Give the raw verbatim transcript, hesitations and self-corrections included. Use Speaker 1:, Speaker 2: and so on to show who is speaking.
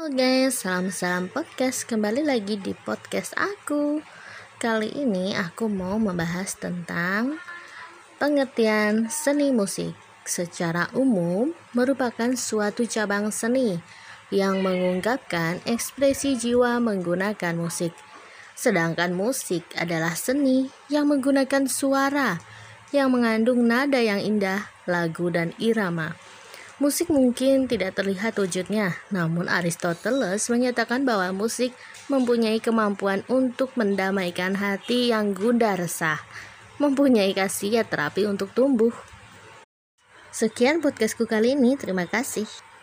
Speaker 1: Halo guys, salam-salam podcast. Kembali lagi di podcast aku. Kali ini aku mau membahas tentang pengertian seni musik. Secara umum, merupakan suatu cabang seni yang mengungkapkan ekspresi jiwa menggunakan musik. Sedangkan musik adalah seni yang menggunakan suara yang mengandung nada yang indah, lagu dan irama. Musik mungkin tidak terlihat wujudnya, namun Aristoteles menyatakan bahwa musik mempunyai kemampuan untuk mendamaikan hati yang gundah resah, mempunyai khasiat terapi untuk tumbuh. Sekian podcastku kali ini, terima kasih.